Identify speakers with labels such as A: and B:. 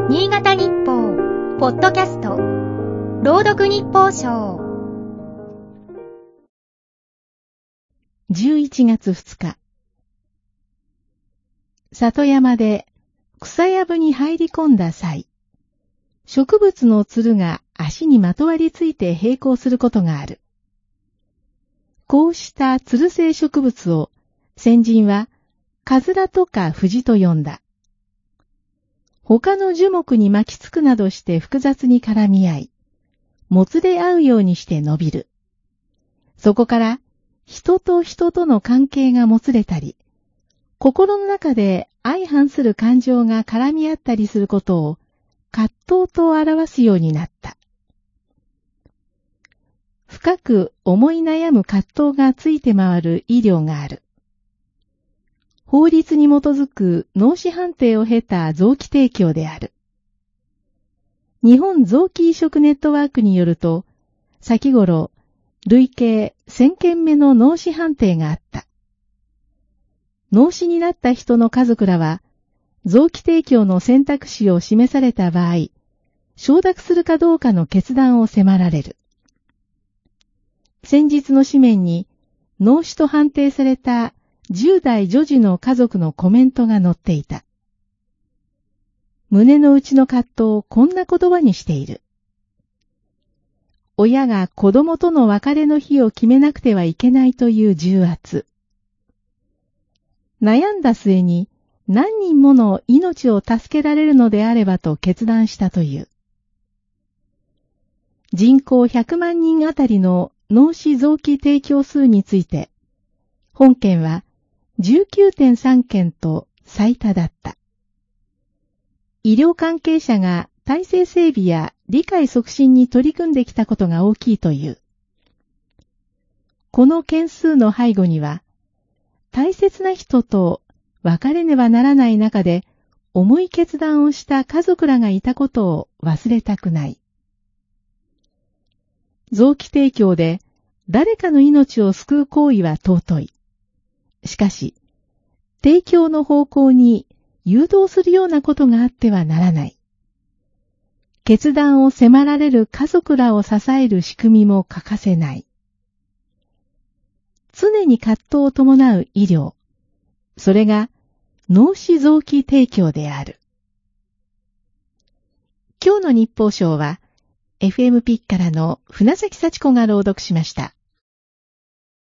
A: 新潟日報ポッドキャスト朗読日報賞
B: 11月2日里山で草やぶに入り込んだ際、植物のつるが足にまとわりついて並行することがある。こうしたつる性植物を先人はカズラとかフジと呼んだ。他の樹木に巻きつくなどして複雑に絡み合い、もつれ合うようにして伸びる。そこから人と人との関係がもつれたり、心の中で相反する感情が絡み合ったりすることを葛藤と表すようになった。深く思い悩む葛藤がついて回る医療がある。法律に基づく脳死判定を経た臓器提供である。日本臓器移植ネットワークによると、先頃、累計1000件目の脳死判定があった。脳死になった人の家族らは、臓器提供の選択肢を示された場合、承諾するかどうかの決断を迫られる。先日の紙面に、脳死と判定された10代女児の家族のコメントが載っていた。胸の内の葛藤をこんな言葉にしている。親が子供との別れの日を決めなくてはいけないという重圧。悩んだ末に何人もの命を助けられるのであればと決断したという。人口100万人あたりの脳死臓器提供数について、本件は19.3 件と最多だった。医療関係者が体制整備や理解促進に取り組んできたことが大きいという。この件数の背後には、大切な人と別れねばならない中で重い決断をした家族らがいたことを忘れたくない。臓器提供で誰かの命を救う行為は尊い。しかし、提供の方向に誘導するようなことがあってはならない。決断を迫られる家族らを支える仕組みも欠かせない。常に葛藤を伴う医療。それが脳死臓器提供である。今日の日報賞は FM ピッからの船崎幸子が朗読しました。